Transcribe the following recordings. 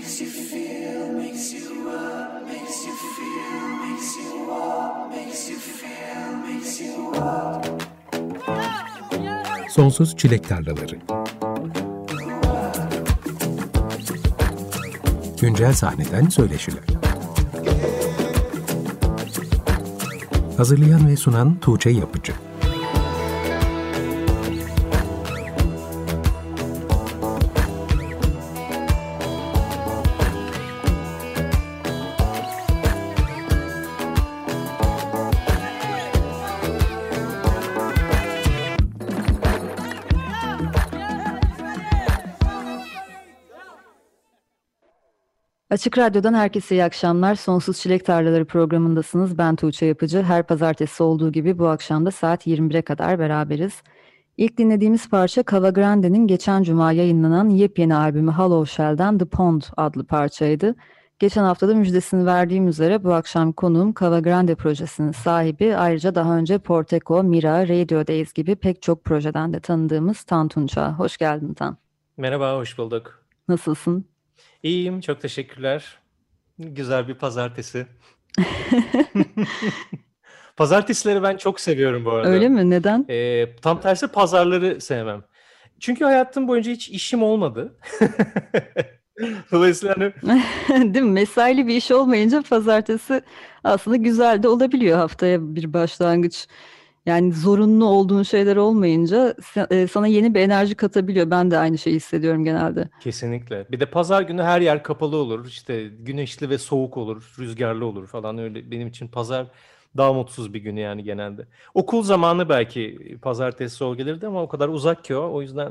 makes you feel, makes you up, makes you feel, makes you walk, makes you feel, makes you walk. Sonsuz Çilek Tarlaları. Güncel sahneden söyleşiler. Hazırlayan ve sunan Tuğçe Yapıcı. Açık Radyo'dan herkese iyi akşamlar. Sonsuz Çilek Tarlaları programındasınız. Ben Tuğçe Yapıcı. Her pazartesi olduğu gibi bu akşam da saat 21'e kadar beraberiz. İlk dinlediğimiz parça Cava Grande'nin geçen cuma yayınlanan yepyeni albümü Hollow Shell'den The Pond adlı parçaydı. Geçen haftada müjdesini verdiğim üzere bu akşam konuğum Cava Grande projesinin sahibi, ayrıca daha önce Porteco, Mira, Radio Days gibi pek çok projeden de tanıdığımız Tan Tunça. Hoş geldin Tan. Merhaba, hoş bulduk. Nasılsın? İyiyim, çok teşekkürler. Güzel bir pazartesi. Pazartesileri ben çok seviyorum bu arada. Öyle mi? Neden? Tam tersi pazarları sevmem. Çünkü hayatım boyunca hiç işim olmadı. Dolayısıyla Değil mi? Mesaili bir iş olmayınca pazartesi aslında güzel de olabiliyor, haftaya bir başlangıç. Yani zorunlu olduğun şeyler olmayınca sana yeni bir enerji katabiliyor. Ben de aynı şeyi hissediyorum genelde. Kesinlikle. Bir de pazar günü her yer kapalı olur. İşte güneşli ve soğuk olur, rüzgarlı olur falan öyle. Benim için pazar daha mutsuz bir gün yani genelde. Okul zamanı belki pazartesi o gelirdi ama o kadar uzak ki o. O yüzden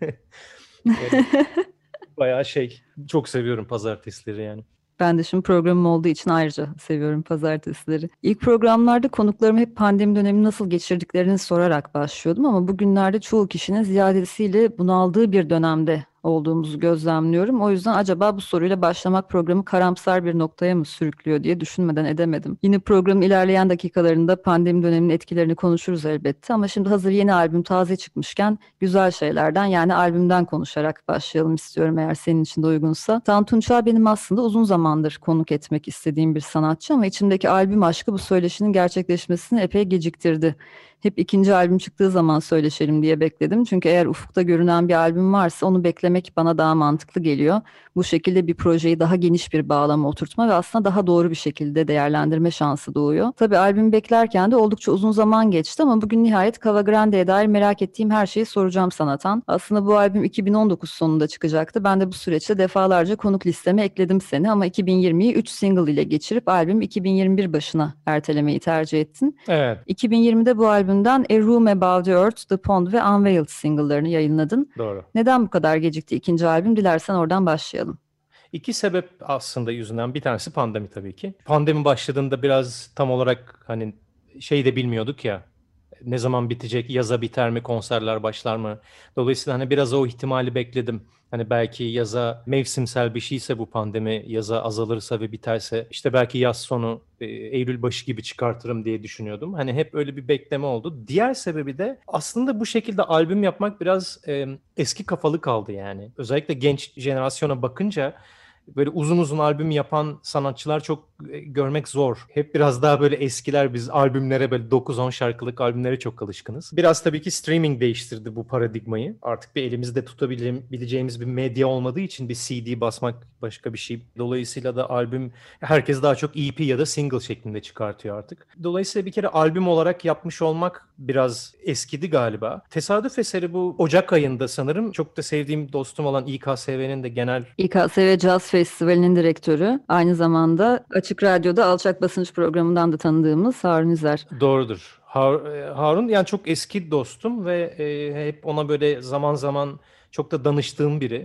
bayağı çok seviyorum pazartesileri yani. Ben de şimdi programım olduğu için ayrıca seviyorum pazartesileri. İlk programlarda konuklarıma hep pandemi dönemi nasıl geçirdiklerini sorarak başlıyordum ama bugünlerde çoğu kişinin ziyadesiyle bunaldığı bir dönemde olduğumuzu gözlemliyorum. O yüzden acaba bu soruyla başlamak programı karamsar bir noktaya mı sürüklüyor diye düşünmeden edemedim. Yine programın ilerleyen dakikalarında pandemi döneminin etkilerini konuşuruz elbette ama şimdi hazır yeni albüm taze çıkmışken güzel şeylerden, yani albümden konuşarak başlayalım istiyorum eğer senin için de uygunsa. Tan Tunça benim aslında uzun zamandır konuk etmek istediğim bir sanatçı ama içimdeki albüm aşkı bu söyleşinin gerçekleşmesini epey geciktirdi. Hep ikinci albüm çıktığı zaman söyleşelim diye bekledim. Çünkü eğer ufukta görünen bir albüm varsa onu beklemek bana daha mantıklı geliyor. Bu şekilde bir projeyi daha geniş bir bağlama oturtma ve aslında daha doğru bir şekilde değerlendirme şansı doğuyor. Tabii albümü beklerken de oldukça uzun zaman geçti ama bugün nihayet Cava Grande'ye dair merak ettiğim her şeyi soracağım sana Tan. Aslında bu albüm 2019 sonunda çıkacaktı. Ben de bu süreçte defalarca konuk listeme ekledim seni ama 2020'yi 3 single ile geçirip albüm 2021 başına ertelemeyi tercih ettin. Evet. 2020'de bu albümden A Room Above the Earth, The Pond ve Unveiled single'larını yayınladın. Doğru. Neden bu kadar gecikti ikinci albüm? Dilersen oradan başlayalım. İki sebep aslında yüzünden. Bir tanesi pandemi tabii ki. Pandemi başladığında biraz tam olarak hani de bilmiyorduk ya. Ne zaman bitecek, yaza biter mi, konserler başlar mı? Dolayısıyla hani biraz o ihtimali bekledim. Hani belki yaza mevsimsel bir şeyse bu pandemi, yaza azalırsa ve biterse işte belki yaz sonu, Eylül başı gibi çıkartırım diye düşünüyordum. Hani hep öyle bir bekleme oldu. Diğer sebebi de aslında bu şekilde albüm yapmak biraz eski kafalı kaldı yani. Özellikle genç jenerasyona bakınca böyle uzun uzun albüm yapan sanatçılar çok görmek zor. Hep biraz daha böyle eskiler, biz albümlere böyle 9-10 şarkılık albümlere çok alışkınız. Biraz tabii ki streaming değiştirdi bu paradigmayı. Artık bir elimizde tutabileceğimiz bir medya olmadığı için bir CD basmak başka bir şey. Dolayısıyla da albüm herkes daha çok EP ya da single şeklinde çıkartıyor artık. Dolayısıyla bir kere albüm olarak yapmış olmak biraz eskidi galiba. Tesadüf eseri bu Ocak ayında sanırım çok da sevdiğim dostum olan İKSV'nin de genel... İKSV Jazz Festivali'nin direktörü, aynı zamanda Açık Radyo'da Alçak Basınç programından da tanıdığımız Harun İzer. Doğrudur. Harun yani çok eski dostum ve hep ona böyle zaman zaman çok da danıştığım biri.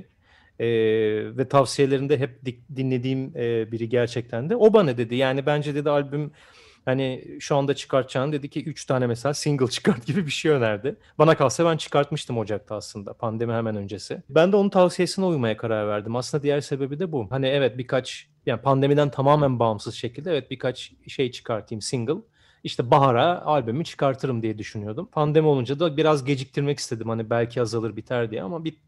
Ve tavsiyelerinde hep dinlediğim biri gerçekten de. O bana dedi yani bence dedi albüm hani şu anda çıkartacağını dedi ki 3 tane mesela single çıkart gibi bir şey önerdi. Bana kalsa ben çıkartmıştım Ocak'ta aslında, pandemi hemen öncesi. Ben de onun tavsiyesine uymaya karar verdim. Aslında diğer sebebi de bu. Hani evet yani pandemiden tamamen bağımsız şekilde evet birkaç şey çıkartayım single. İşte bahara albümü çıkartırım diye düşünüyordum. Pandemi olunca da biraz geciktirmek istedim. Hani belki azalır biter diye ama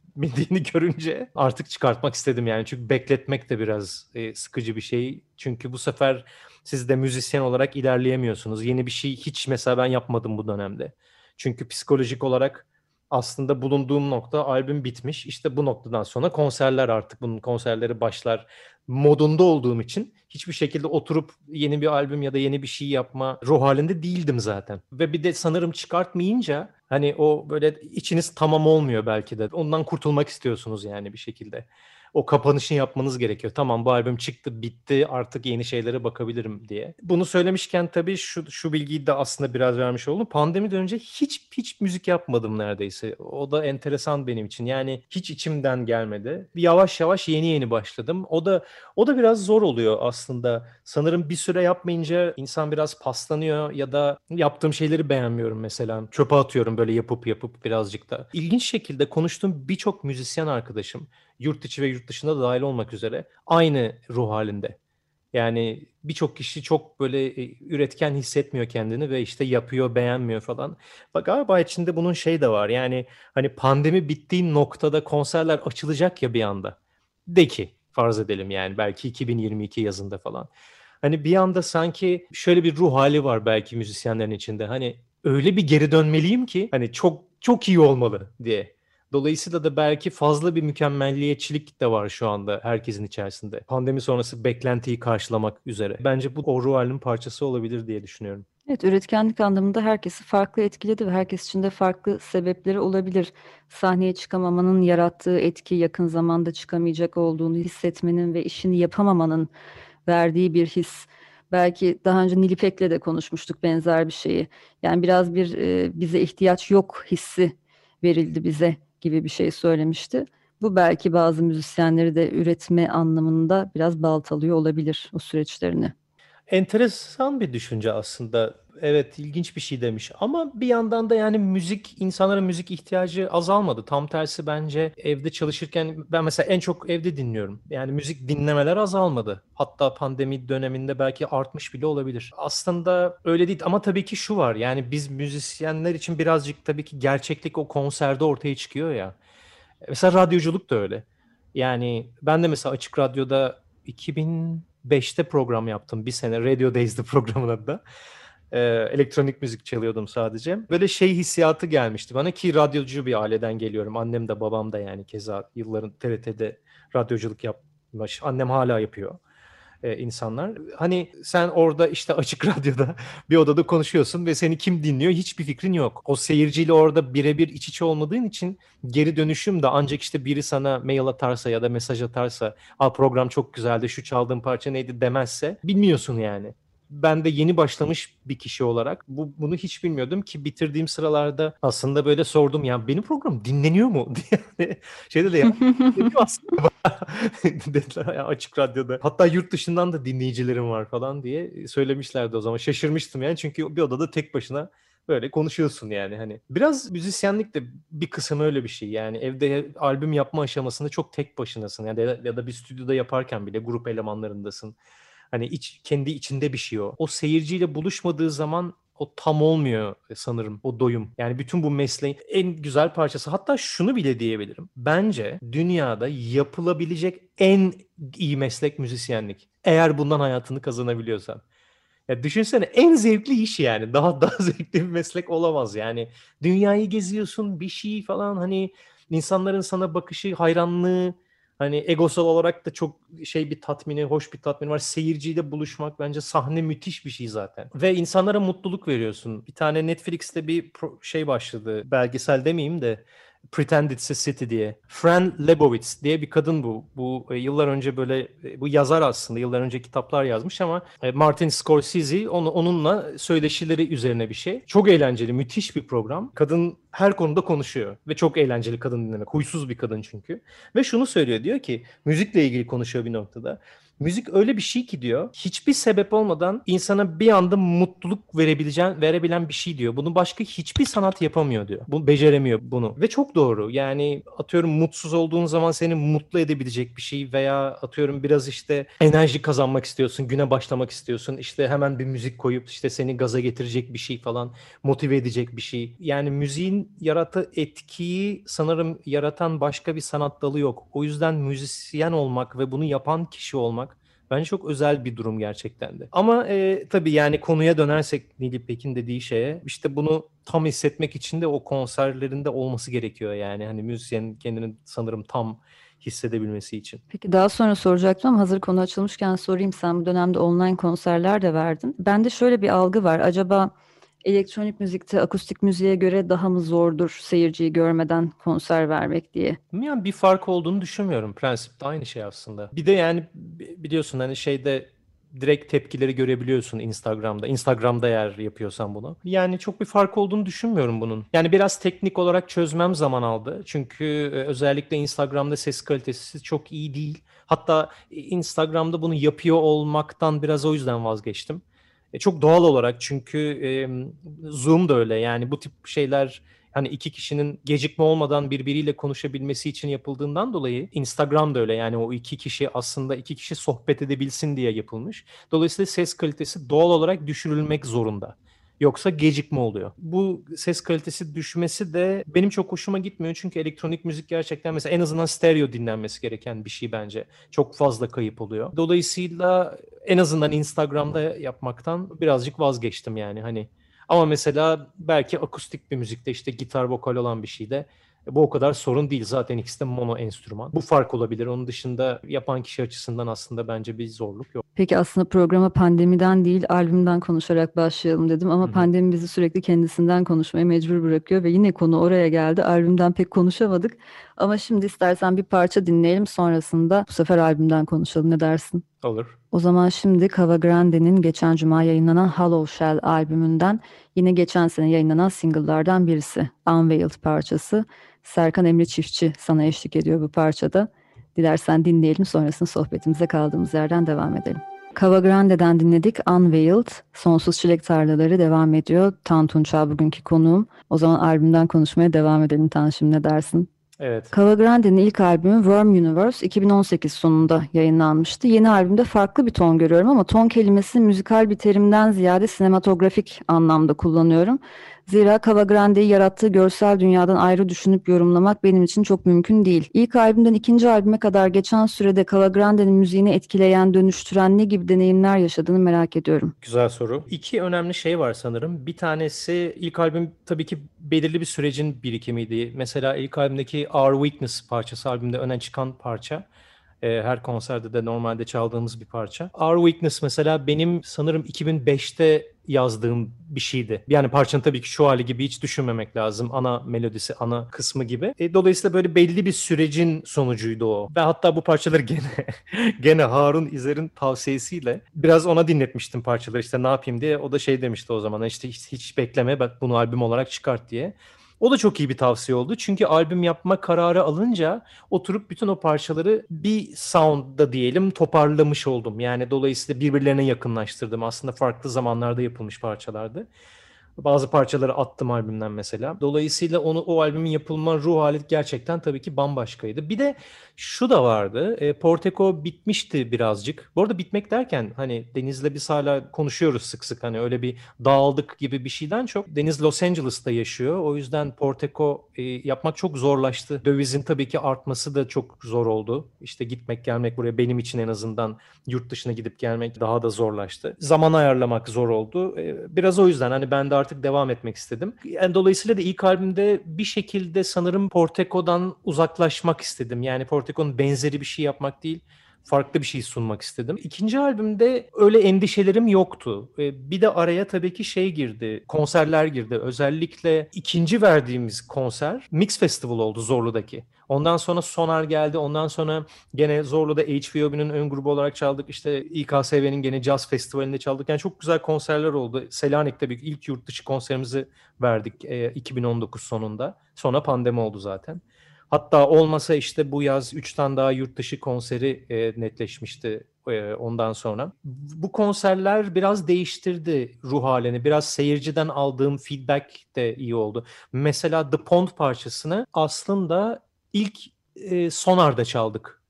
çıkartabildiğini görünce artık çıkartmak istedim yani. Çünkü bekletmek de biraz sıkıcı bir şey. Çünkü bu sefer siz de müzisyen olarak ilerleyemiyorsunuz. Yeni bir şey hiç mesela ben yapmadım bu dönemde. Çünkü psikolojik olarak aslında bulunduğum nokta albüm bitmiş. İşte bu noktadan sonra konserler artık bunun konserleri başlar modunda olduğum için hiçbir şekilde oturup yeni bir albüm ya da yeni bir şey yapma ruh halinde değildim zaten. Ve bir de sanırım çıkartmayınca hani o böyle içiniz tamam olmuyor belki de. Ondan kurtulmak istiyorsunuz yani bir şekilde. O kapanışı yapmanız gerekiyor. Tamam bu albüm çıktı, bitti artık yeni şeylere bakabilirim diye. Bunu söylemişken tabii şu bilgiyi de aslında biraz vermiş oldum. Pandemiden önce hiç müzik yapmadım neredeyse. O da enteresan benim için. Yani hiç içimden gelmedi. Yavaş yavaş yeni başladım. O da biraz zor oluyor aslında. Sanırım bir süre yapmayınca insan biraz paslanıyor ya da yaptığım şeyleri beğenmiyorum mesela. Çöpe atıyorum böyle yapıp birazcık da. İlginç şekilde konuştuğum birçok müzisyen arkadaşım yurt içi ve yurt dışında da dahil olmak üzere aynı ruh halinde. Yani birçok kişi çok böyle üretken hissetmiyor kendini ve işte yapıyor, beğenmiyor falan. Bak galiba içinde bunun şey de var. Yani hani pandemi bittiği noktada konserler açılacak ya bir anda. De ki farz edelim yani belki 2022 yazında falan. Hani bir anda sanki şöyle bir ruh hali var belki müzisyenlerin içinde. Hani öyle bir geri dönmeliyim ki hani çok çok iyi olmalı diye. Dolayısıyla da belki fazla bir mükemmelliyetçilik de var şu anda herkesin içerisinde. Pandemi sonrası beklentiyi karşılamak üzere. Bence bu o ruh halinin parçası olabilir diye düşünüyorum. Evet, üretkenlik anlamında herkesi farklı etkiledi ve herkes için de farklı sebepleri olabilir. Sahneye çıkamamanın yarattığı etki, yakın zamanda çıkamayacak olduğunu hissetmenin ve işini yapamamanın verdiği bir his. Belki daha önce Nilipek'le de konuşmuştuk benzer bir şeyi. Yani biraz bize ihtiyaç yok hissi verildi bize gibi bir şey söylemişti. Bu belki bazı müzisyenleri de üretme anlamında biraz baltalıyor olabilir o süreçlerini. Enteresan bir düşünce aslında. Evet, ilginç bir şey demiş. Ama bir yandan da yani insanların müzik ihtiyacı azalmadı. Tam tersi bence evde çalışırken ben mesela en çok evde dinliyorum. Yani müzik dinlemeler azalmadı. Hatta pandemi döneminde belki artmış bile olabilir. Aslında öyle değil ama tabii ki şu var. Yani biz müzisyenler için birazcık tabii ki gerçeklik o konserde ortaya çıkıyor ya. Mesela radyoculuk da öyle. Yani ben de mesela Açık Radyo'da 2005'te program yaptım. Bir sene Radio Days'di programın adı da. Elektronik müzik çalıyordum sadece. Böyle şey hissiyatı gelmişti bana ki radyocu bir aileden geliyorum. Annem de babam da yani keza yılların TRT'de radyoculuk yapmış. Annem hala yapıyor insanlar. Hani sen orada işte açık radyoda bir odada konuşuyorsun ve seni kim dinliyor hiçbir fikrin yok. O seyirciyle orada birebir iç içe olmadığın için geri dönüşüm de ancak işte biri sana mail atarsa ya da mesaj atarsa program çok güzeldi şu çaldığım parça neydi demezse bilmiyorsun yani. Ben de yeni başlamış bir kişi olarak bunu hiç bilmiyordum ki bitirdiğim sıralarda aslında böyle sordum ya benim program dinleniyor mu diye. Şeyde de ya dinleniyor aslında dediler ya açık radyoda. Hatta yurt dışından da dinleyicilerim var falan diye söylemişlerdi o zaman. Şaşırmıştım yani çünkü bir odada tek başına böyle konuşuyorsun yani hani. Biraz müzisyenlik de bir kısım öyle bir şey. Yani evde albüm yapma aşamasında çok tek başınasın. Yani ya da bir stüdyoda yaparken bile grup elemanlarındasın. Hani kendi içinde bir şey o. O seyirciyle buluşmadığı zaman o tam olmuyor sanırım o doyum. Yani bütün bu mesleğin en güzel parçası. Hatta şunu bile diyebilirim. Bence dünyada yapılabilecek en iyi meslek müzisyenlik. Eğer bundan hayatını kazanabiliyorsan. Ya düşünsene en zevkli iş yani. Daha zevkli bir meslek olamaz yani. Dünyayı geziyorsun bir şey falan hani insanların sana bakışı, hayranlığı hani egosal olarak da çok bir tatmini, hoş bir tatmini var. Seyirciyle buluşmak bence sahne müthiş bir şey zaten. Ve insanlara mutluluk veriyorsun. Bir tane Netflix'te bir şey başladı. Belgesel demeyeyim de Pretend It's a City diye. Fran Lebowitz diye bir kadın bu. Bu yıllar önce böyle bu yazar aslında yıllar önce kitaplar yazmış ama Martin Scorsese onunla söyleşileri üzerine bir şey. Çok eğlenceli, müthiş bir program. Kadın her konuda konuşuyor ve çok eğlenceli kadın dinlemek. Huysuz bir kadın çünkü. Ve şunu söylüyor diyor ki müzikle ilgili konuşuyor bir noktada. Müzik öyle bir şey ki diyor. Hiçbir sebep olmadan insana bir anda mutluluk verebilen bir şey diyor. Bunu başka hiçbir sanat yapamıyor diyor. Bu beceremiyor bunu. Ve çok doğru. Yani atıyorum mutsuz olduğun zaman seni mutlu edebilecek bir şey veya atıyorum biraz işte enerji kazanmak istiyorsun, güne başlamak istiyorsun. İşte hemen bir müzik koyup işte seni gaza getirecek bir şey falan, motive edecek bir şey. Yani müziğin yarattığı etkiyi sanırım yaratan başka bir sanat dalı yok. O yüzden müzisyen olmak ve bunu yapan kişi olmak bence çok özel bir durum gerçekten de. Ama tabii yani konuya dönersek Nilüfer Pekin dediği şeye, işte bunu tam hissetmek için de o konserlerinde olması gerekiyor yani. Hani müzisyenin kendini sanırım tam hissedebilmesi için. Peki daha sonra soracaktım ama hazır konu açılmışken sorayım. Sen bu dönemde online konserler de verdin. Bende şöyle bir algı var. Acaba elektronik müzikte akustik müziğe göre daha mı zordur seyirciyi görmeden konser vermek diye? Yani bir fark olduğunu düşünmüyorum. Prensipte aynı şey aslında. Bir de yani biliyorsun hani şeyde direkt tepkileri görebiliyorsun Instagram'da. Instagram'da eğer yapıyorsan bunu. Yani çok bir fark olduğunu düşünmüyorum bunun. Yani biraz teknik olarak çözmem zaman aldı. Çünkü özellikle Instagram'da ses kalitesi çok iyi değil. Hatta Instagram'da bunu yapıyor olmaktan biraz o yüzden vazgeçtim. Çok doğal olarak çünkü Zoom da öyle yani bu tip şeyler hani iki kişinin gecikme olmadan birbiriyle konuşabilmesi için yapıldığından dolayı Instagram da öyle yani o iki kişi aslında iki kişi sohbet edebilsin diye yapılmış. Dolayısıyla ses kalitesi doğal olarak düşürülmek zorunda. Yoksa gecikme oluyor. Bu ses kalitesi düşmesi de benim çok hoşuma gitmiyor. Çünkü elektronik müzik gerçekten mesela en azından stereo dinlenmesi gereken bir şey bence. Çok fazla kayıp oluyor. Dolayısıyla en azından Instagram'da yapmaktan birazcık vazgeçtim yani hani. Ama mesela belki akustik bir müzikte işte gitar vokal olan bir şeyde bu o kadar sorun değil. Zaten ikisi de mono enstrüman. Bu fark olabilir. Onun dışında yapan kişi açısından aslında bence bir zorluk yok. Peki aslında programa pandemiden değil albümden konuşarak başlayalım dedim ama Hı hı. pandemi bizi sürekli kendisinden konuşmaya mecbur bırakıyor ve yine konu oraya geldi. Albümden pek konuşamadık ama şimdi istersen bir parça dinleyelim, sonrasında bu sefer albümden konuşalım, ne dersin? Olur. O zaman şimdi Cava Grande'nin geçen cuma yayınlanan Hollow Shell albümünden yine geçen sene yayınlanan single'lardan birisi Unveiled parçası. Serkan Emre Çiftçi sana eşlik ediyor bu parçada. Dilersen dinleyelim, sonrasında sohbetimize kaldığımız yerden devam edelim. Cava Grande'den dinledik Unveiled. Sonsuz Çilek Tarlaları devam ediyor. Tan Tunçağ bugünkü konuğum. O zaman albümden konuşmaya devam edelim Tanşım, ne dersin? Evet. Cava Grande'nin ilk albümü Worm Universe 2018 sonunda yayınlanmıştı. Yeni albümde farklı bir ton görüyorum ama ton kelimesini müzikal bir terimden ziyade sinematografik anlamda kullanıyorum. Zira Cava Grande'yi yarattığı görsel dünyadan ayrı düşünüp yorumlamak benim için çok mümkün değil. İlk albümden ikinci albüme kadar geçen sürede Cava Grande'nin müziğini etkileyen, dönüştüren ne gibi deneyimler yaşadığını merak ediyorum. Güzel soru. İki önemli şey var sanırım. Bir tanesi ilk albüm tabii ki belirli bir sürecin birikimiydi. Mesela ilk albümdeki Our Weakness parçası albümde öne çıkan parça. Her konserde de normalde çaldığımız bir parça. Our Weakness mesela benim sanırım 2005'te yazdığım bir şeydi. Yani parçanın tabii ki şu hali gibi hiç düşünmemek lazım. Ana melodisi, ana kısmı gibi. Dolayısıyla böyle belli bir sürecin sonucuydu o. Ben hatta bu parçaları gene Harun İzer'in tavsiyesiyle biraz ona dinletmiştim parçaları işte ne yapayım diye. O da şey demişti o zaman işte hiç bekleme bak bunu albüm olarak çıkart diye. O da çok iyi bir tavsiye oldu. Çünkü albüm yapma kararı alınca oturup bütün o parçaları bir sound'da diyelim toparlamış oldum. Yani dolayısıyla birbirlerine yakınlaştırdım. Aslında farklı zamanlarda yapılmış parçalardı. Bazı parçaları attım albümden mesela. Dolayısıyla o albümün yapılma ruh hali gerçekten tabii ki bambaşkaydı. Bir de şu da vardı. Porteko bitmişti birazcık. Bu arada bitmek derken hani Deniz'le biz hala konuşuyoruz sık sık. Hani öyle bir dağıldık gibi bir şeyden çok. Deniz Los Angeles'ta yaşıyor. O yüzden Porteko yapmak çok zorlaştı. Dövizin tabii ki artması da çok zor oldu. İşte gitmek gelmek buraya benim için en azından yurt dışına gidip gelmek daha da zorlaştı. Zaman ayarlamak zor oldu. Biraz o yüzden hani ben de artık devam etmek istedim. Yani dolayısıyla da ilk albümde bir şekilde sanırım Porteko'dan uzaklaşmak istedim. Yani Porteko'nun benzeri bir şey yapmak değil, farklı bir şey sunmak istedim. İkinci albümde öyle endişelerim yoktu. Bir de araya tabii ki şey girdi, konserler girdi. Özellikle ikinci verdiğimiz konser Mix Festival oldu Zorlu'daki. Ondan sonra Sonar geldi. Ondan sonra gene Zorlu'da HVOB'nin ön grubu olarak çaldık. İşte İKSV'nin gene Jazz Festivali'nde çaldık. Yani çok güzel konserler oldu. Selanik'te bir ilk yurt dışı konserimizi verdik 2019 sonunda. Sonra pandemi oldu zaten. Hatta olmasa işte bu yaz 3 tane daha yurt dışı konseri netleşmişti ondan sonra. Bu konserler biraz değiştirdi ruh halini. Biraz seyirciden aldığım feedback de iyi oldu. Mesela The Pond parçasını aslında ilk Sonar'da çaldık.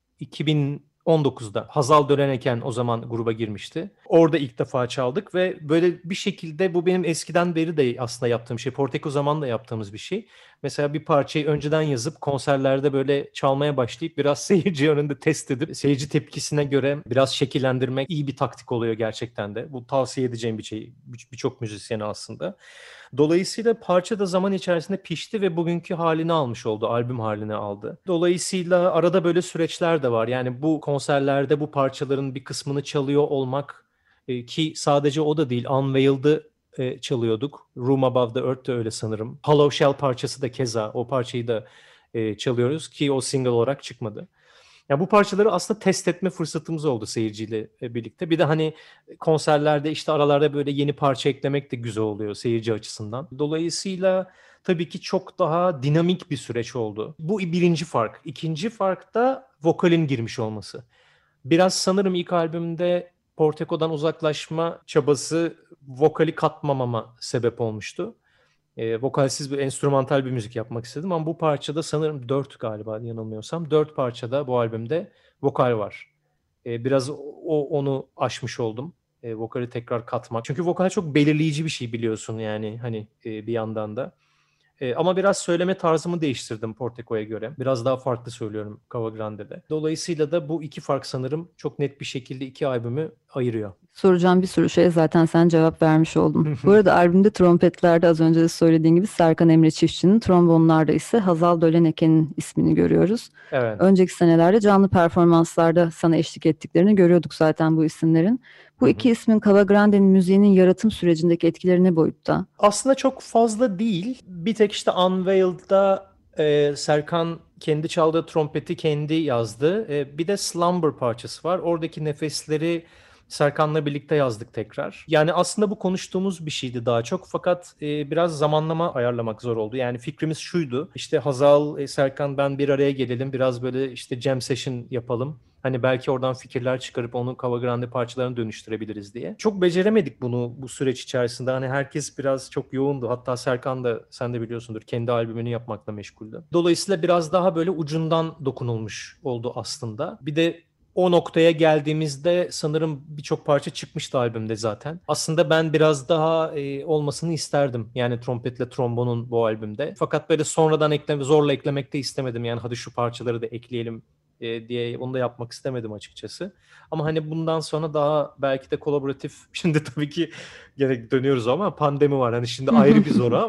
2019'da. Hazal Döreneken o zaman gruba girmişti. Orada ilk defa çaldık ve böyle bir şekilde bu benim eskiden beri de aslında yaptığım şey. Porteko zaman da yaptığımız bir şey. Mesela bir parçayı önceden yazıp konserlerde böyle çalmaya başlayıp biraz seyirci önünde test edip seyirci tepkisine göre biraz şekillendirmek iyi bir taktik oluyor gerçekten de. Bu tavsiye edeceğim bir şey birçok müzisyene aslında. Dolayısıyla parça da zaman içerisinde pişti ve bugünkü halini almış oldu, albüm halini aldı. Dolayısıyla arada böyle süreçler de var. Yani bu konserlerde bu parçaların bir kısmını çalıyor olmak ki sadece o da değil, Unveiled'ı çalıyorduk. Room Above the Earth de öyle sanırım. Hollow Shell parçası da keza o parçayı da çalıyoruz ki o single olarak çıkmadı. Ya bu parçaları aslında test etme fırsatımız oldu seyirciyle birlikte. Bir de hani konserlerde işte aralarda böyle yeni parça eklemek de güzel oluyor seyirci açısından. Dolayısıyla tabii ki çok daha dinamik bir süreç oldu. Bu birinci fark. İkinci fark da vokalin girmiş olması. Biraz sanırım ilk albümde Porteko'dan uzaklaşma çabası vokali katmamama sebep olmuştu. Vokalsiz bir enstrümantal bir müzik yapmak istedim ama bu parçada sanırım 4 galiba yanılmıyorsam 4 parçada bu albümde vokal var. Biraz onu aşmış oldum. Vokali tekrar katmak. Çünkü vokal çok belirleyici bir şey biliyorsun yani hani bir yandan da. Ama biraz söyleme tarzımı değiştirdim Porteko'ya göre. Biraz daha farklı söylüyorum Cava Grande'de. Dolayısıyla da bu iki fark sanırım çok net bir şekilde iki albümü ayırıyor. Soracağım bir sürü şeye zaten sen cevap vermiş oldun. Bu arada albümde trompetlerde az önce de söylediğin gibi Serkan Emre Çiftçi'nin, trombonlarda ise Hazal Döleneken'in ismini görüyoruz. Evet. Önceki senelerde canlı performanslarda sana eşlik ettiklerini görüyorduk zaten bu isimlerin. Bu iki ismin Cava Grande'nin müziğinin yaratım sürecindeki etkileri ne boyutta? Aslında çok fazla değil. Bir tek işte Unveiled'da Serkan kendi çaldığı trompeti kendi yazdı. Bir de Slumber parçası var. Oradaki nefesleri Serkan'la birlikte yazdık tekrar. Yani aslında bu konuştuğumuz bir şeydi daha çok. Fakat biraz zamanlama ayarlamak zor oldu. Yani fikrimiz şuydu. İşte Hazal, Serkan, ben bir araya gelelim. Biraz böyle işte jam session yapalım. Hani belki oradan fikirler çıkarıp onu Cava Grande parçalarına dönüştürebiliriz diye. Çok beceremedik bunu bu süreç içerisinde. Hani herkes biraz çok yoğundu. Hatta Serkan da sen de biliyorsundur kendi albümünü yapmakla meşguldü. Dolayısıyla biraz daha böyle ucundan dokunulmuş oldu aslında. Bir de o noktaya geldiğimizde sanırım birçok parça çıkmıştı albümde zaten. Aslında ben biraz daha olmasını isterdim. Yani trompetle trombonun bu albümde. Fakat böyle sonradan zorla eklemek de istemedim. Yani hadi şu parçaları da ekleyelim diye onu da yapmak istemedim açıkçası. Ama hani bundan sonra daha belki de kolaboratif, şimdi tabii ki gene dönüyoruz ama pandemi var. Hani şimdi ayrı bir zoru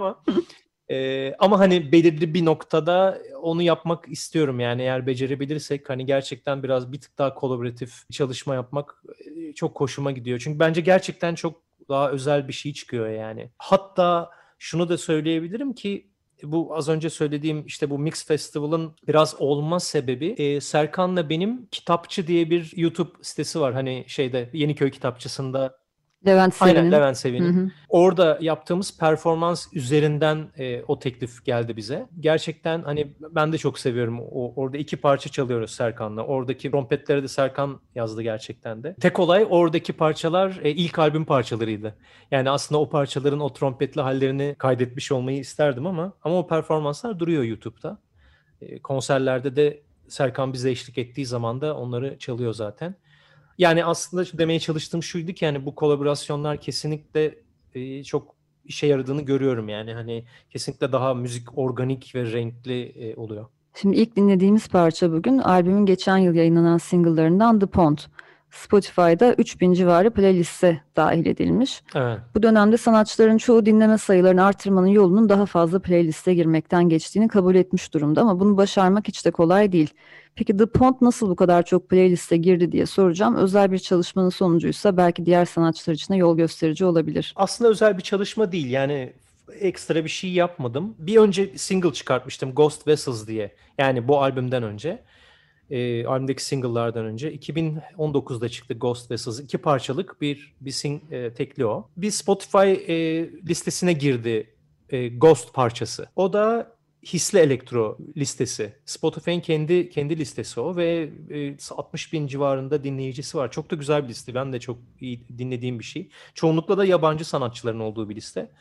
ama hani belirli bir noktada onu yapmak istiyorum. Yani eğer becerebilirsek hani gerçekten biraz bir tık daha kolaboratif çalışma yapmak çok hoşuma gidiyor. Çünkü bence gerçekten çok daha özel bir şey çıkıyor yani. Hatta şunu da söyleyebilirim ki bu az önce söylediğim işte bu Mix Festival'ın biraz olma sebebi Serkan'la benim Kitapçı diye bir YouTube sitesi var. Hani şeyde Yeniköy Kitapçısı'nda. Levent Aynen Sevin'in. Levent Sevin'in. Orada yaptığımız performans üzerinden o teklif geldi bize. Gerçekten hani ben de çok seviyorum. Orada 2 parça çalıyoruz Serkan'la. Oradaki trompetleri de Serkan yazdı gerçekten de. Tek olay oradaki parçalar ilk albüm parçalarıydı. Yani aslında o parçaların o trompetli hallerini kaydetmiş olmayı isterdim ama o performanslar duruyor YouTube'da. Konserlerde de Serkan bize eşlik ettiği zaman da onları çalıyor zaten. Yani aslında demeye çalıştığım şuydu ki yani bu kolaborasyonlar kesinlikle çok işe yaradığını görüyorum yani hani kesinlikle daha müzik organik ve renkli oluyor. Şimdi ilk dinlediğimiz parça bugün albümün geçen yıl yayınlanan single'larından The Pond. Spotify'da 3000 civarı playlist'e dahil edilmiş. Evet. Bu dönemde sanatçıların çoğu dinleme sayılarını artırmanın yolunun daha fazla playlist'e girmekten geçtiğini kabul etmiş durumda ama bunu başarmak hiç de kolay değil. Peki The Pond nasıl bu kadar çok playlist'e girdi diye soracağım. Özel bir çalışmanın sonucuysa belki diğer sanatçılar için de yol gösterici olabilir. Aslında özel bir çalışma değil yani ekstra bir şey yapmadım. Bir önce single çıkartmıştım Ghost Vessels diye yani bu albümden önce. Albümdeki single'lardan önce 2019'da çıktı Ghost Vessels. 2 parçalık bir tekli o. Bir Spotify listesine girdi Ghost parçası. O da hisli elektro listesi. Spotify'ın kendi listesi o ve 60 bin civarında dinleyicisi var. Çok da güzel bir liste. Ben de çok iyi dinlediğim bir şey. Çoğunlukla da yabancı sanatçıların olduğu bir liste.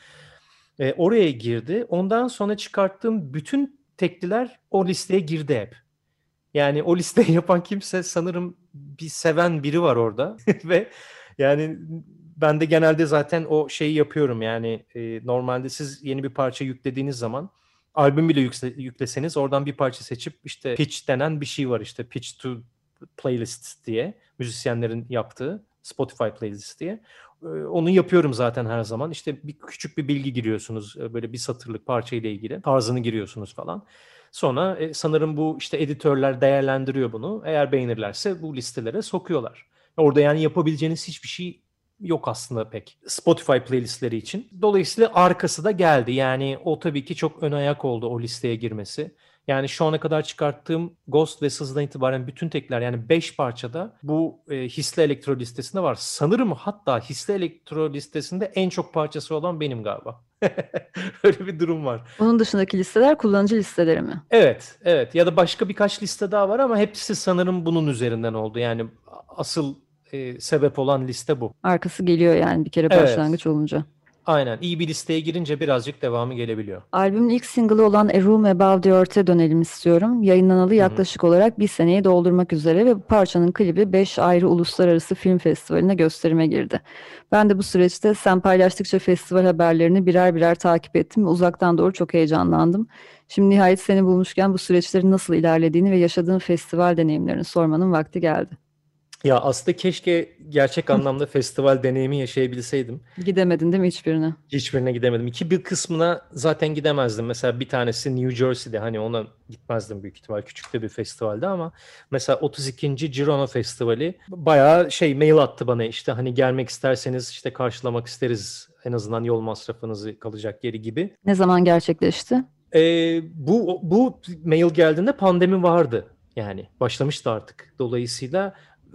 Oraya girdi. Ondan sonra çıkarttığım bütün tekliler o listeye girdi hep. Yani o listeyi yapan kimse sanırım bir seven biri var orada ve yani ben de genelde zaten o şeyi yapıyorum. Yani normalde siz yeni bir parça yüklediğiniz zaman albüm bile yükleseniz oradan bir parça seçip işte pitch denen bir şey var, işte pitch to playlist diye, müzisyenlerin yaptığı Spotify playlist diye. Onu yapıyorum zaten her zaman. İşte küçük bir bilgi giriyorsunuz, böyle bir satırlık parça ile ilgili tarzını giriyorsunuz falan. Sonra sanırım bu işte editörler değerlendiriyor bunu. Eğer beğenirlerse bu listelere sokuyorlar. Orada yani yapabileceğiniz hiçbir şey yok aslında pek Spotify playlistleri için. Dolayısıyla arkası da geldi. Yani o tabii ki çok ön ayak oldu o listeye girmesi. Yani şu ana kadar çıkarttığım Ghost ve Sız'dan itibaren bütün tekler, yani 5 parçada bu hisli elektro listesinde var. Sanırım hatta hisli elektro listesinde en çok parçası olan benim galiba. Öyle bir durum var. Onun dışındaki listeler kullanıcı listeleri mi? Evet, evet. Ya da başka birkaç liste daha var ama hepsi sanırım bunun üzerinden oldu. Yani asıl sebep olan liste bu. Arkası geliyor yani bir kere Evet, başlangıç olunca. aynen. İyi bir listeye girince birazcık devamı gelebiliyor. Albümün ilk single'ı olan A Room Above the Earth'e dönelim istiyorum. Yayınlanalı yaklaşık olarak bir seneyi doldurmak üzere ve bu parçanın klibi 5 ayrı uluslararası film festivaline gösterime girdi. Ben de bu süreçte sen paylaştıkça festival haberlerini birer birer takip ettim ve uzaktan doğru çok heyecanlandım. Şimdi nihayet seni bulmuşken bu süreçlerin nasıl ilerlediğini ve yaşadığın festival deneyimlerini sormanın vakti geldi. Ya aslında keşke gerçek anlamda festival deneyimi yaşayabilseydim. Gidemedin değil mi hiçbirine? Hiçbirine gidemedim. Bir kısmına zaten gidemezdim. Mesela bir tanesi New Jersey'de, hani ona gitmezdim büyük ihtimal. Küçük de bir festivalde ama mesela 32. Girona Festivali bayağı mail attı bana, işte hani gelmek isterseniz işte karşılamak isteriz, en azından yol masrafınızı, kalacak yeri gibi. Ne zaman gerçekleşti? Bu mail geldiğinde pandemi vardı. Yani başlamıştı artık. Dolayısıyla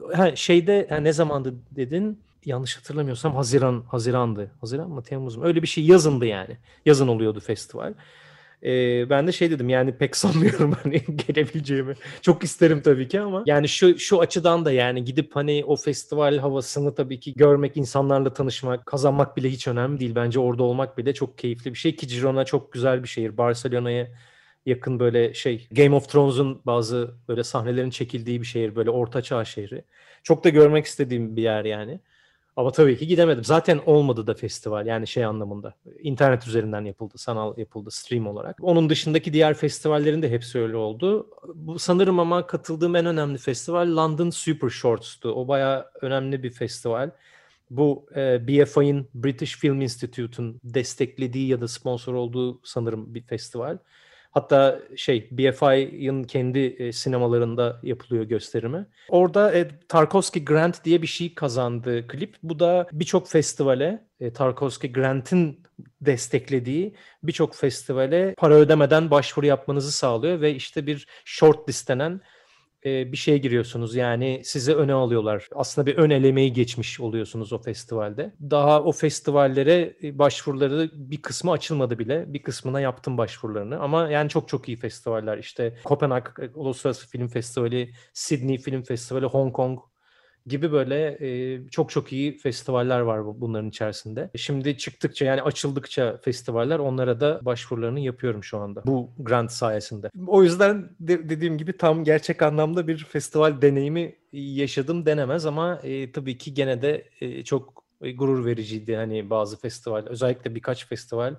ne zamandı dedin? Yanlış hatırlamıyorsam Haziran'dı. Haziran mı, Temmuz mu? Öyle bir şey, yazındı yani. Yazın oluyordu festival. Ben de dedim, yani pek sanmıyorum hani gelebileceğimi. Çok isterim tabii ki ama yani şu açıdan da, yani gidip hani o festival havasını tabii ki görmek, insanlarla tanışmak, kazanmak bile hiç önemli değil. Bence orada olmak bile çok keyifli bir şey ki Girona çok güzel bir şehir. Barcelona'ya yakın, böyle Game of Thrones'un bazı böyle sahnelerin çekildiği bir şehir, böyle orta çağ şehri. Çok da görmek istediğim bir yer yani. Ama tabii ki gidemedim. Zaten olmadı da festival, yani anlamında. İnternet üzerinden yapıldı, sanal yapıldı, stream olarak. Onun dışındaki diğer festivallerin de hepsi öyle oldu. Bu sanırım ama katıldığım en önemli festival London Super Shorts'tu. O bayağı önemli bir festival. Bu BFI'nin, British Film Institute'un desteklediği ya da sponsor olduğu sanırım bir festival. Hatta BFI'nin kendi sinemalarında yapılıyor gösterimi. Orada Tarkovsky Grant diye bir şey kazandı klip. Bu da birçok festivale, Tarkovsky Grant'in desteklediği birçok festivale para ödemeden başvuru yapmanızı sağlıyor ve işte bir short listenen bir şeye giriyorsunuz. Yani sizi öne alıyorlar. Aslında bir ön elemeyi geçmiş oluyorsunuz o festivalde. Daha o festivallere başvuruları bir kısmı açılmadı bile. Bir kısmına yaptım başvurularını. Ama yani çok çok iyi festivaller. İşte Kopenhag Uluslararası Film Festivali, Sydney Film Festivali, Hong Kong gibi böyle çok çok iyi festivaller var bunların içerisinde. Şimdi çıktıkça, yani açıldıkça festivaller, onlara da başvurularını yapıyorum şu anda. Bu grant sayesinde. O yüzden dediğim gibi tam gerçek anlamda bir festival deneyimi yaşadım denemez ama tabii ki gene de çok gurur vericiydi. Hani bazı festival, özellikle birkaç festival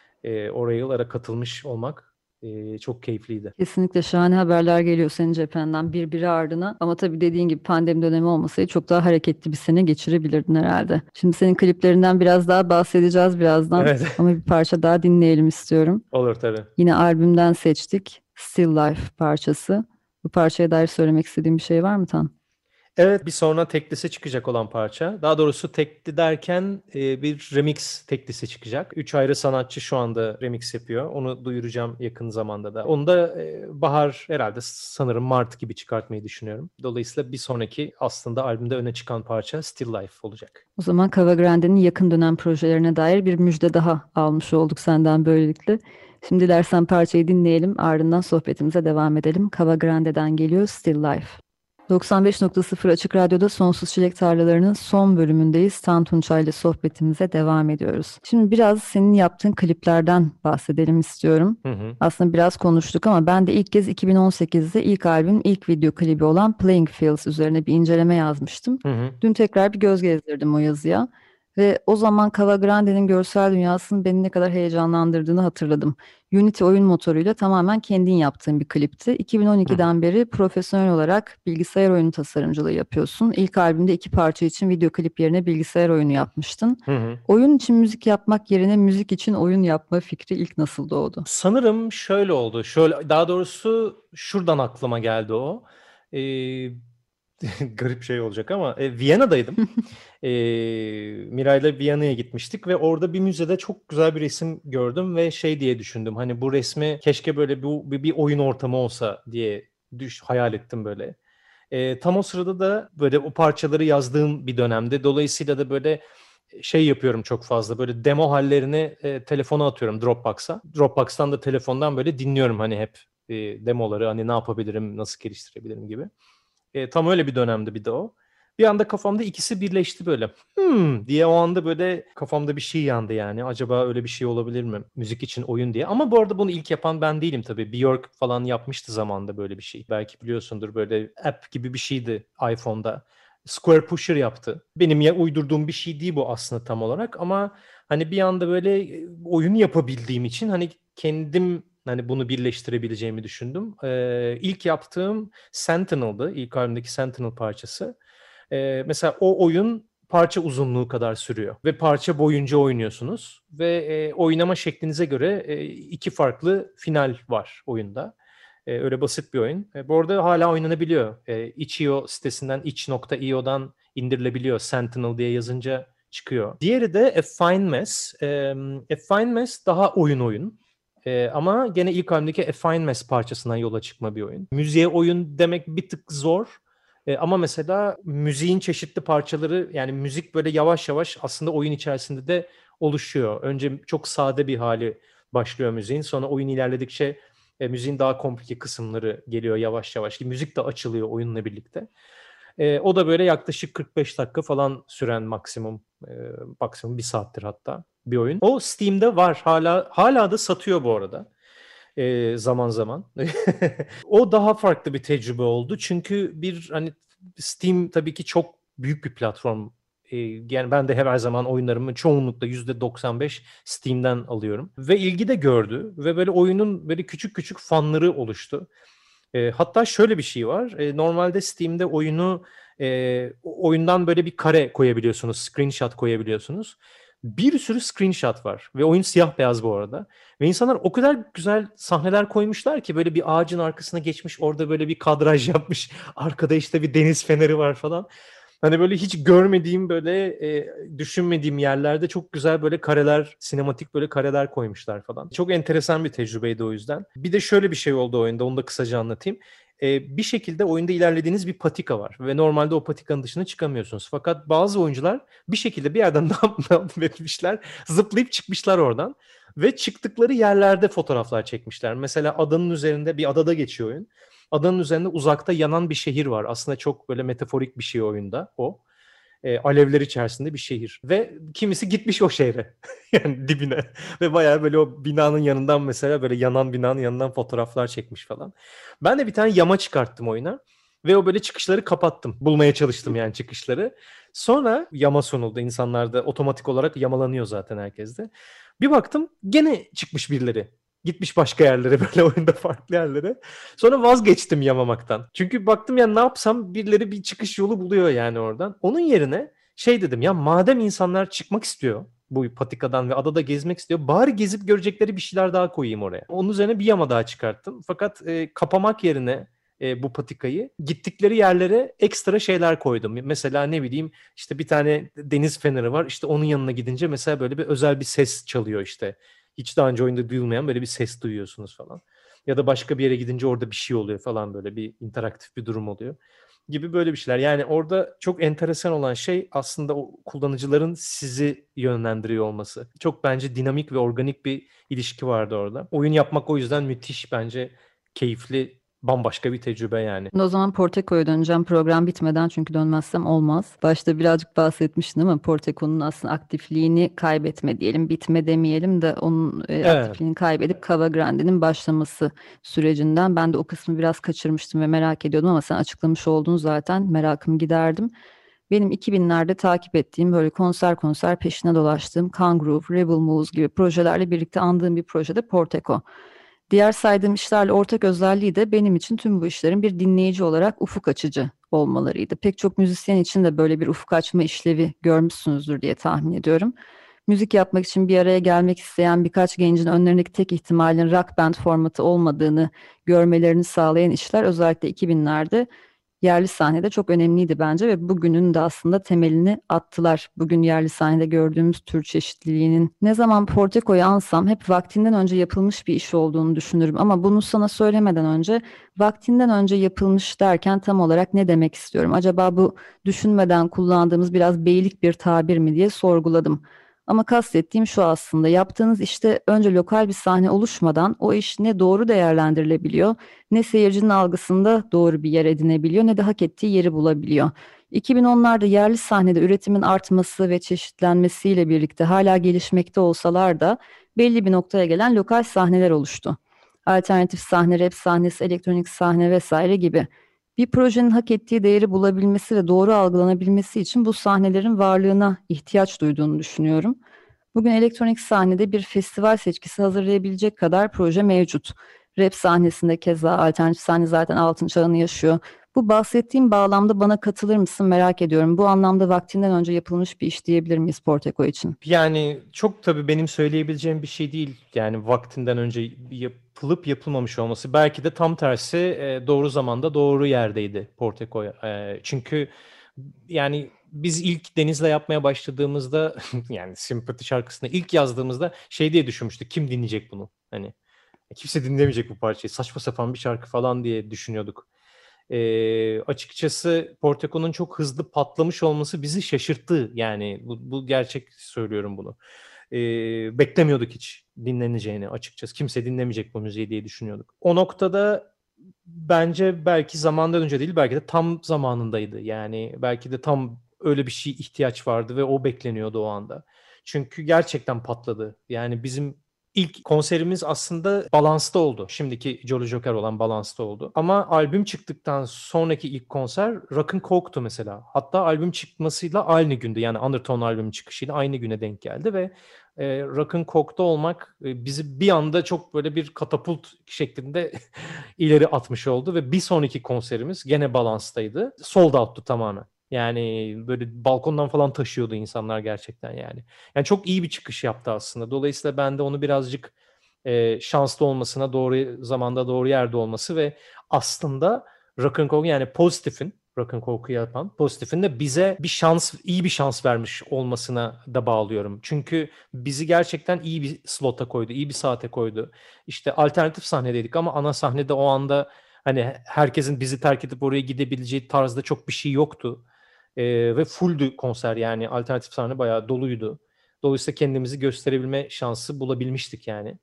oraya katılmış olmak çok keyifliydi. Kesinlikle şahane haberler geliyor senin cephenden birbiri ardına. Ama tabii dediğin gibi pandemi dönemi olmasaydı çok daha hareketli bir sene geçirebilirdin herhalde. Şimdi senin kliplerinden biraz daha bahsedeceğiz birazdan. Evet. Ama bir parça daha dinleyelim istiyorum. Olur tabii. Yine albümden seçtik. Still Life parçası. Bu parçaya dair söylemek istediğin bir şey var mı Tan? Evet, bir sonra teklisi çıkacak olan parça. Daha doğrusu tekli derken bir remix teklisi çıkacak. 3 ayrı sanatçı şu anda remix yapıyor. Onu duyuracağım yakın zamanda da. Onu da bahar herhalde sanırım Mart gibi çıkartmayı düşünüyorum. Dolayısıyla bir sonraki aslında albümde öne çıkan parça Still Life olacak. O zaman Cava Grande'nin yakın dönem projelerine dair bir müjde daha almış olduk senden böylelikle. Şimdi dilersen parçayı dinleyelim, ardından sohbetimize devam edelim. Cava Grande'den geliyor Still Life. 95.0 Açık Radyo'da Sonsuz Çilek Tarlaları'nın son bölümündeyiz. Tan Tunçay ile sohbetimize devam ediyoruz. Şimdi biraz senin yaptığın kliplerden bahsedelim istiyorum. Hı hı. Aslında biraz konuştuk ama ben de ilk kez 2018'de ilk albüm, ilk video klibi olan Playing Fields üzerine bir inceleme yazmıştım. Hı hı. Dün tekrar bir göz gezdirdim o yazıya. Ve o zaman Cava Grande'nin görsel dünyasının beni ne kadar heyecanlandırdığını hatırladım. Unity oyun motoruyla tamamen kendin yaptığın bir klipti. 2012'den beri profesyonel olarak bilgisayar oyunu tasarımcılığı yapıyorsun. İlk albümde 2 parça için video klip yerine bilgisayar oyunu yapmıştın. Hı hı. Oyun için müzik yapmak yerine müzik için oyun yapma fikri ilk nasıl doğdu? Sanırım şöyle oldu. Daha doğrusu şuradan aklıma geldi o. Garip şey olacak ama Viyana'daydım. Miray'la Viyana'ya gitmiştik ve orada bir müzede çok güzel bir resim gördüm ve şey diye düşündüm. Hani bu resmi keşke böyle bir oyun ortamı olsa diye hayal ettim böyle. Tam o sırada da böyle o parçaları yazdığım bir dönemde. Dolayısıyla da böyle şey yapıyorum çok fazla. Böyle demo hallerini telefona atıyorum Dropbox'a. Dropbox'tan da telefondan böyle dinliyorum hani hep demoları. Hani ne yapabilirim, nasıl geliştirebilirim gibi. Tam öyle bir dönemdi bir de o. Bir anda kafamda ikisi birleşti böyle. Diye o anda böyle kafamda bir şey yandı yani. Acaba öyle bir şey olabilir mi? Müzik için oyun diye. Ama bu arada bunu ilk yapan ben değilim tabii. Björk falan yapmıştı zamanında böyle bir şey. Belki biliyorsundur, böyle app gibi bir şeydi iPhone'da. Square Pusher yaptı. Benim ya uydurduğum bir şey değil bu aslında tam olarak ama hani bir anda böyle oyun yapabildiğim için hani kendim hani bunu birleştirebileceğimi düşündüm. İlk yaptığım Sentinel'dı. İlk albümdeki Sentinel parçası. Mesela o oyun parça uzunluğu kadar sürüyor ve parça boyunca oynuyorsunuz ve oynama şeklinize göre 2 farklı final var oyunda. Öyle basit bir oyun. Bu arada hala oynanabiliyor. itch.io sitesinden, itch.io'dan indirilebiliyor. Sentinel diye yazınca çıkıyor. Diğeri de A Fine Mess. A Fine Mess daha oyun. Ama gene ilk albümdeki A Fine Mess parçasından yola çıkma bir oyun. Müziğe oyun demek bir tık zor. Ama mesela müziğin çeşitli parçaları, yani müzik böyle yavaş yavaş aslında oyun içerisinde de oluşuyor. Önce çok sade bir hali başlıyor müziğin. Sonra oyun ilerledikçe müziğin daha komplike kısımları geliyor yavaş yavaş. Müzik de açılıyor oyunla birlikte. O da böyle yaklaşık 45 dakika falan süren maksimum 1 saattir hatta bir oyun. O Steam'de var, hala da satıyor bu arada. Zaman zaman. O daha farklı bir tecrübe oldu. Çünkü hani Steam tabii ki çok büyük bir platform. Yani ben de her zaman oyunlarımı çoğunlukla %95 Steam'den alıyorum. Ve ilgi de gördü. Ve böyle oyunun böyle küçük küçük fanları oluştu. Hatta şöyle bir şey var. Normalde Steam'de oyundan böyle bir kare koyabiliyorsunuz. Screenshot koyabiliyorsunuz. Bir sürü screenshot var. Ve oyun siyah beyaz bu arada. Ve insanlar o kadar güzel sahneler koymuşlar ki böyle bir ağacın arkasına geçmiş, orada böyle bir kadraj yapmış. Arkada işte bir deniz feneri var falan. Hani böyle hiç görmediğim, böyle düşünmediğim yerlerde çok güzel böyle kareler, sinematik böyle kareler koymuşlar falan. Çok enteresan bir tecrübeydi o yüzden. Bir de şöyle bir şey oldu oyunda, onu da kısaca anlatayım. Bir şekilde oyunda ilerlediğiniz bir patika var ve normalde o patikanın dışına çıkamıyorsunuz. Fakat bazı oyuncular bir şekilde bir yerden ne yapmışlar? Zıplayıp çıkmışlar oradan ve çıktıkları yerlerde fotoğraflar çekmişler. Mesela adanın üzerinde, bir adada geçiyor oyun. Adanın üzerinde uzakta yanan bir şehir var. Aslında çok böyle metaforik bir şey oyunda o. Alevler içerisinde bir şehir. Ve kimisi gitmiş o şehre. Yani dibine. Ve bayağı böyle o binanın yanından, mesela böyle yanan binanın yanından fotoğraflar çekmiş falan. Ben de bir tane yama çıkarttım oyuna. Ve o böyle çıkışları kapattım. Bulmaya çalıştım yani çıkışları. Sonra yama sonuldu. İnsanlar da otomatik olarak yamalanıyor zaten, herkeste. Bir baktım gene çıkmış birileri. Gitmiş başka yerlere, böyle oyunda farklı yerlere. Sonra vazgeçtim yamamaktan. Çünkü baktım ya, ne yapsam birileri bir çıkış yolu buluyor yani oradan. Onun yerine şey dedim ya, madem insanlar çıkmak istiyor bu patikadan ve adada gezmek istiyor, bari gezip görecekleri bir şeyler daha koyayım oraya. Onun üzerine bir yama daha çıkarttım. Fakat kapamak yerine bu patikayı. Gittikleri yerlere ekstra şeyler koydum. Mesela ne bileyim işte bir tane deniz feneri var. İşte onun yanına gidince mesela böyle bir özel bir ses çalıyor işte. Hiç daha önce oyunda duyulmayan böyle bir ses duyuyorsunuz falan. Ya da başka bir yere gidince orada bir şey oluyor falan, böyle bir interaktif bir durum oluyor gibi böyle bir şeyler. Yani orada çok enteresan olan şey aslında o kullanıcıların sizi yönlendiriyor olması. Çok bence dinamik ve organik bir ilişki vardı orada. Oyun yapmak o yüzden müthiş, bence keyifli, bambaşka bir tecrübe yani. O zaman Porteko'ya döneceğim program bitmeden, çünkü dönmezsem olmaz. Başta birazcık bahsetmiştin ama Porteko'nun aslında aktifliğini kaybetme diyelim, bitme demeyelim de onun Evet. aktifliğini kaybedip Cava Grande'nin başlaması sürecinden ben de o kısmı biraz kaçırmıştım ve merak ediyordum ama sen açıklamış oldun, zaten merakımı giderdim. Benim 2000'lerde takip ettiğim, böyle konser peşine dolaştığım Kangroove, Rebel Moves gibi projelerle birlikte andığım bir projede Porteko. Diğer saydığım işlerle ortak özelliği de benim için tüm bu işlerin bir dinleyici olarak ufuk açıcı olmalarıydı. Pek çok müzisyen için de böyle bir ufuk açma işlevi görmüşsünüzdür diye tahmin ediyorum. Müzik yapmak için bir araya gelmek isteyen birkaç gencin önlerindeki tek ihtimalin rock band formatı olmadığını görmelerini sağlayan işler özellikle 2000'lerde yerli sahnede çok önemliydi bence ve bugünün de aslında temelini attılar. Bugün yerli sahnede gördüğümüz tür çeşitliliğinin. Ne zaman Porteko'yu ansam hep vaktinden önce yapılmış bir iş olduğunu düşünürüm ama bunu sana söylemeden önce vaktinden önce yapılmış derken tam olarak ne demek istiyorum? Acaba bu düşünmeden kullandığımız biraz beylik bir tabir mi diye sorguladım. Ama kastettiğim şu: aslında yaptığınız işte önce lokal bir sahne oluşmadan o iş ne doğru değerlendirilebiliyor, ne seyircinin algısında doğru bir yer edinebiliyor, ne de hak ettiği yeri bulabiliyor. 2010'larda yerli sahnede üretimin artması ve çeşitlenmesiyle birlikte hala gelişmekte olsalar da belli bir noktaya gelen lokal sahneler oluştu. Alternatif sahne, rap sahnesi, elektronik sahne vesaire gibi. Bir projenin hak ettiği değeri bulabilmesi ve doğru algılanabilmesi için bu sahnelerin varlığına ihtiyaç duyduğunu düşünüyorum. Bugün elektronik sahnede bir festival seçkisi hazırlayabilecek kadar proje mevcut. Rap sahnesinde keza, alternatif sahne zaten altın çağını yaşıyor. Bu bahsettiğim bağlamda bana katılır mısın merak ediyorum. Bu anlamda vaktinden önce yapılmış bir iş diyebilir miyiz Porteko için? Yani çok tabii benim söyleyebileceğim bir şey değil. Yani vaktinden önce yapılıp yapılmamış olması. Belki de tam tersi, doğru zamanda doğru yerdeydi Porteko. Çünkü yani biz ilk Deniz'le yapmaya başladığımızda yani Sympathy şarkısını ilk yazdığımızda şey diye düşünmüştük. Kim dinleyecek bunu? Hani kimse dinlemeyecek bu parçayı. Saçma sapan bir şarkı falan diye düşünüyorduk. Açıkçası Porteko'nun çok hızlı patlamış olması bizi şaşırttı. Yani bu gerçek, söylüyorum bunu. Beklemiyorduk hiç dinleneceğini açıkçası. Kimse dinlemeyecek bu müziği diye düşünüyorduk. O noktada bence belki zamandan önce değil, belki de tam zamanındaydı. Yani belki de tam öyle bir şey ihtiyaç vardı ve o bekleniyordu o anda. Çünkü gerçekten patladı. Yani bizim İlk konserimiz aslında Balance'da oldu. Şimdiki Jolly Joker olan Balance'da oldu. Ama albüm çıktıktan sonraki ilk konser Rock'n Coke'tu mesela. Hatta albüm çıkmasıyla aynı günde, yani Undertone albümün çıkışıyla aynı güne denk geldi ve Rock'n Coke'da olmak bizi bir anda çok böyle bir katapult şeklinde ileri atmış oldu ve bir sonraki konserimiz gene Balance'daydı. Sold out'tu tamamen. Yani böyle balkondan falan taşıyordu insanlar gerçekten yani. Yani çok iyi bir çıkış yaptı aslında. Dolayısıyla ben de onu birazcık şanslı olmasına, doğru zamanda doğru yerde olması ve aslında Rock'n'Coke, yani Pozitif'in, Rock'n'Coke'u yapan Pozitif'in de bize bir şans, iyi bir şans vermiş olmasına da bağlıyorum. Çünkü bizi gerçekten iyi bir slota koydu, iyi bir saate koydu. İşte alternatif sahnedeydik ama ana sahnede o anda hani herkesin bizi terk edip oraya gidebileceği tarzda çok bir şey yoktu. Ve fulldü konser, yani alternatif sahne bayağı doluydu. Dolayısıyla kendimizi gösterebilme şansı bulabilmiştik yani.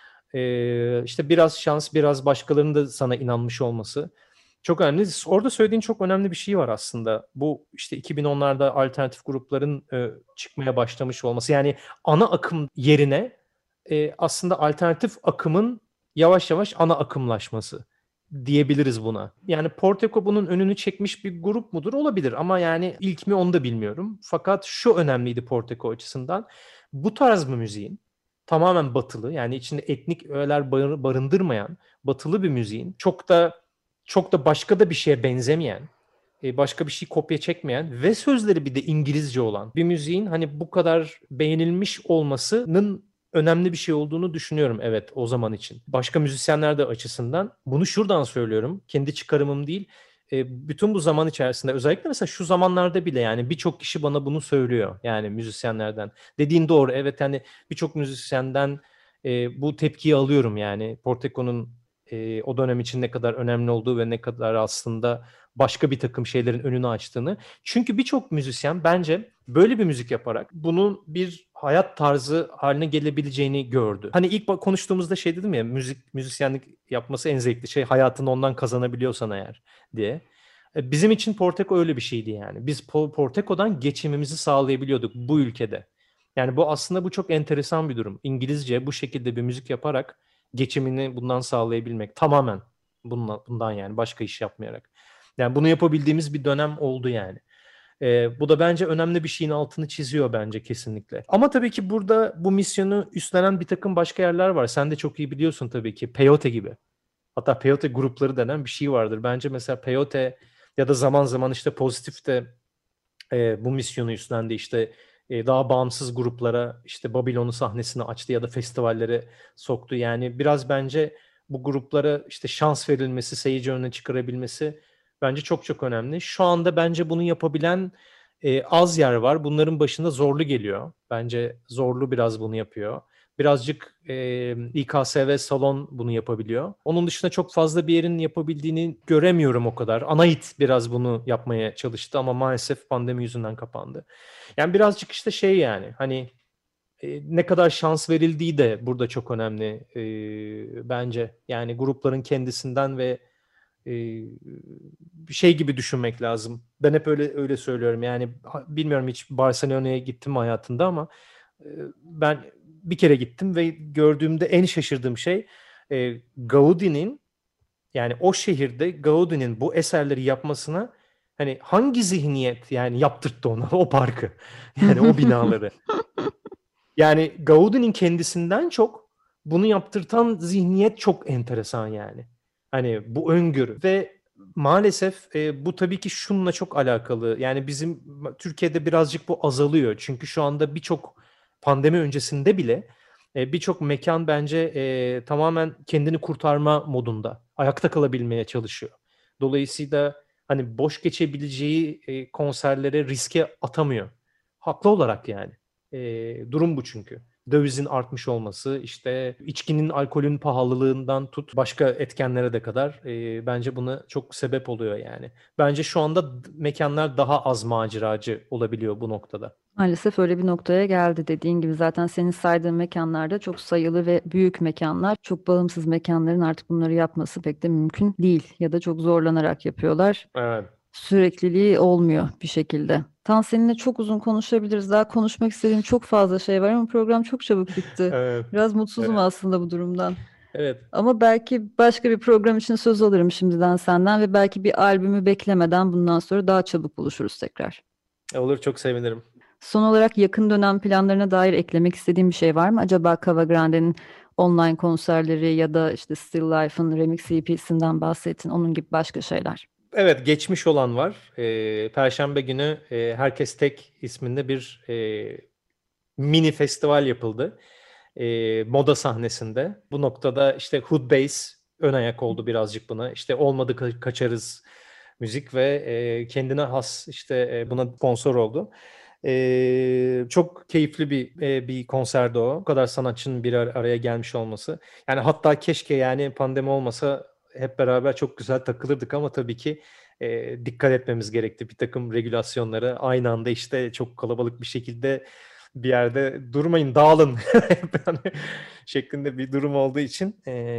İşte biraz şans, biraz başkalarının da sana inanmış olması çok önemli. Orada söylediğin çok önemli bir şey var aslında. Bu işte 2010'larda alternatif grupların çıkmaya başlamış olması. Yani ana akım yerine aslında alternatif akımın yavaş yavaş ana akımlaşması diyebiliriz buna. Yani Porteko bunun önünü çekmiş bir grup mudur? Olabilir ama yani ilk mi onu da bilmiyorum. Fakat şu önemliydi Porteko açısından. Bu tarz bir müziğin tamamen batılı, yani içinde etnik öğeler barındırmayan batılı bir müziğin çok da başka da bir şeye benzemeyen, başka bir şey kopya çekmeyen ve sözleri bir de İngilizce olan bir müziğin hani bu kadar beğenilmiş olmasının önemli bir şey olduğunu düşünüyorum, evet, o zaman için. Başka müzisyenler de açısından. Bunu şuradan söylüyorum. Kendi çıkarımım değil. Bütün bu zaman içerisinde, özellikle mesela şu zamanlarda bile, yani birçok kişi bana bunu söylüyor. Yani müzisyenlerden. Dediğin doğru. Evet, yani birçok müzisyenden bu tepkiyi alıyorum yani. Porteko'nun o dönem için ne kadar önemli olduğu ve ne kadar aslında başka bir takım şeylerin önünü açtığını. Çünkü birçok müzisyen bence böyle bir müzik yaparak bunun bir hayat tarzı haline gelebileceğini gördü. Hani ilk konuştuğumuzda şey dedim ya, müzisyenlik yapması en zevkli şey, hayatını ondan kazanabiliyorsan eğer diye. Bizim için Porteko öyle bir şeydi yani. Biz Porteko'dan geçimimizi sağlayabiliyorduk bu ülkede. Yani bu aslında çok enteresan bir durum. İngilizce bu şekilde bir müzik yaparak geçimini bundan sağlayabilmek, tamamen bundan yani, başka iş yapmayarak. Yani bunu yapabildiğimiz bir dönem oldu yani. Bu da bence önemli bir şeyin altını çiziyor bence, kesinlikle. Ama tabii ki burada bu misyonu üstlenen bir takım başka yerler var. Sen de çok iyi biliyorsun tabii ki. Peyote gibi. Hatta Peyote grupları denen bir şey vardır. Bence mesela Peyote ya da zaman zaman işte Pozitif de bu misyonu üstlendi. İşte daha bağımsız gruplara işte Babilon'u sahnesine açtı ya da festivallere soktu. Yani biraz bence bu gruplara işte şans verilmesi, seyirci önüne çıkarabilmesi bence çok çok önemli. Şu anda bence bunu yapabilen az yer var. Bunların başında Zorlu geliyor. Bence Zorlu biraz bunu yapıyor. Birazcık İKSV Salon bunu yapabiliyor. Onun dışında çok fazla bir yerin yapabildiğini göremiyorum o kadar. Anait biraz bunu yapmaya çalıştı ama maalesef pandemi yüzünden kapandı. Yani birazcık işte şey, yani hani ne kadar şans verildiği de burada çok önemli bence. Yani grupların kendisinden ve bir şey gibi düşünmek lazım. Ben hep öyle söylüyorum. Yani bilmiyorum, hiç Barcelona'ya gittim mi hayatında, ama ben bir kere gittim ve gördüğümde en şaşırdığım şey Gaudi'nin, yani o şehirde Gaudi'nin bu eserleri yapmasına hani hangi zihniyet yani yaptırttı ona o parkı, yani o binaları. Yani Gaudi'nin kendisinden çok bunu yaptırtan zihniyet çok enteresan yani. Hani bu öngörü ve maalesef bu tabii ki şununla çok alakalı. Yani bizim Türkiye'de birazcık bu azalıyor. Çünkü şu anda birçok pandemi öncesinde bile birçok mekan bence tamamen kendini kurtarma modunda. Ayakta kalabilmeye çalışıyor. Dolayısıyla hani boş geçebileceği konserlere riske atamıyor. Haklı olarak yani. Durum bu çünkü. Dövizin artmış olması, işte içkinin, alkolün pahalılığından tut başka etkenlere de kadar bence buna çok sebep oluyor yani. Bence şu anda mekanlar daha az maceracı olabiliyor bu noktada. Maalesef öyle bir noktaya geldi, dediğin gibi. Zaten senin saydığın mekanlarda çok sayılı ve büyük mekanlar. Çok bağımsız mekanların artık bunları yapması pek de mümkün değil ya da çok zorlanarak yapıyorlar. Evet. Sürekliliği olmuyor bir şekilde. Tan, seninle çok uzun konuşabiliriz. Daha konuşmak istediğim çok fazla şey var ama program çok çabuk bitti. Evet. Biraz mutsuzum Evet. aslında bu durumdan. Evet. Ama belki başka bir program için söz alırım şimdiden senden ve belki bir albümü beklemeden bundan sonra daha çabuk buluşuruz tekrar. Olur, çok sevinirim. Son olarak yakın dönem planlarına dair eklemek istediğim bir şey var mı? Acaba Cava Grande'nin online konserleri ya da işte Still Life'ın remix EP'sinden bahsettin. Onun gibi başka şeyler. Evet, geçmiş olan var. Perşembe günü Herkes Tek isminde bir mini festival yapıldı. Moda sahnesinde. Bu noktada işte Hood Bass ön ayak oldu birazcık buna. İşte olmadı kaçarız müzik ve kendine has işte buna sponsor oldu. Çok keyifli bir konserdi o. O kadar sanatçının bir araya gelmiş olması. Yani hatta keşke yani pandemi olmasa hep beraber çok güzel takılırdık ama tabii ki dikkat etmemiz gerekti bir takım regülasyonlara. Aynı anda işte çok kalabalık bir şekilde bir yerde durmayın, dağılın yani şeklinde bir durum olduğu için.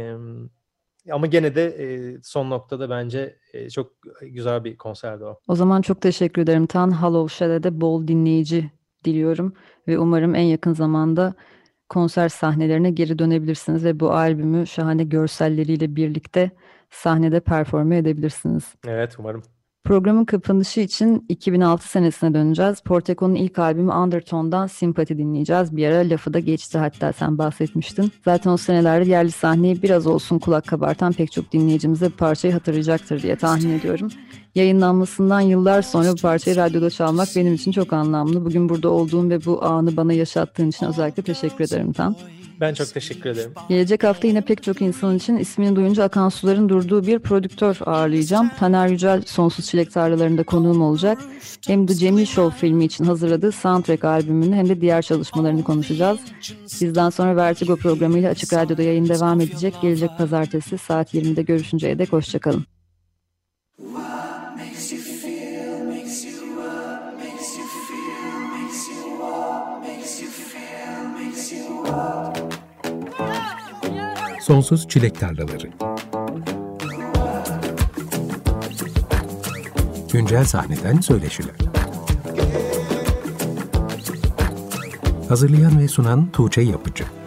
Ama gene de son noktada bence çok güzel bir konserdi o. O zaman çok teşekkür ederim Tan. Hollow Shadow'de bol dinleyici diliyorum ve umarım en yakın zamanda konser sahnelerine geri dönebilirsiniz ve bu albümü şahane görselleriyle birlikte sahnede performe edebilirsiniz. Evet, umarım. Programın kapanışı için 2006 senesine döneceğiz. Porteko'nun ilk albümü Undertone'dan Sympathy dinleyeceğiz. Bir ara lafı da geçti, hatta sen bahsetmiştin. Zaten o senelerde yerli sahneyi biraz olsun kulak kabartan pek çok dinleyicimiz de bu parçayı hatırlayacaktır diye tahmin ediyorum. Yayınlanmasından yıllar sonra bu parçayı radyoda çalmak benim için çok anlamlı. Bugün burada olduğum ve bu anı bana yaşattığın için özellikle teşekkür ederim Tan. Ben çok teşekkür ederim. Gelecek hafta yine pek çok insan için ismini duyunca akan suların durduğu bir prodüktör ağırlayacağım. Taner Yücel Sonsuz Çilek Tarlaları'nda konuğum olacak. Hem The Cemil Show filmi için hazırladığı soundtrack albümünü hem de diğer çalışmalarını konuşacağız. Bizden sonra Vertigo programıyla Açık Radyo'da yayın devam edecek. Gelecek pazartesi saat 20'de görüşünceye dek hoşçakalın. Sonsuz Çilek Tarlaları. Güncel sahneden söyleşiler. Hazırlayan ve sunan Tuğçe Yapıcı.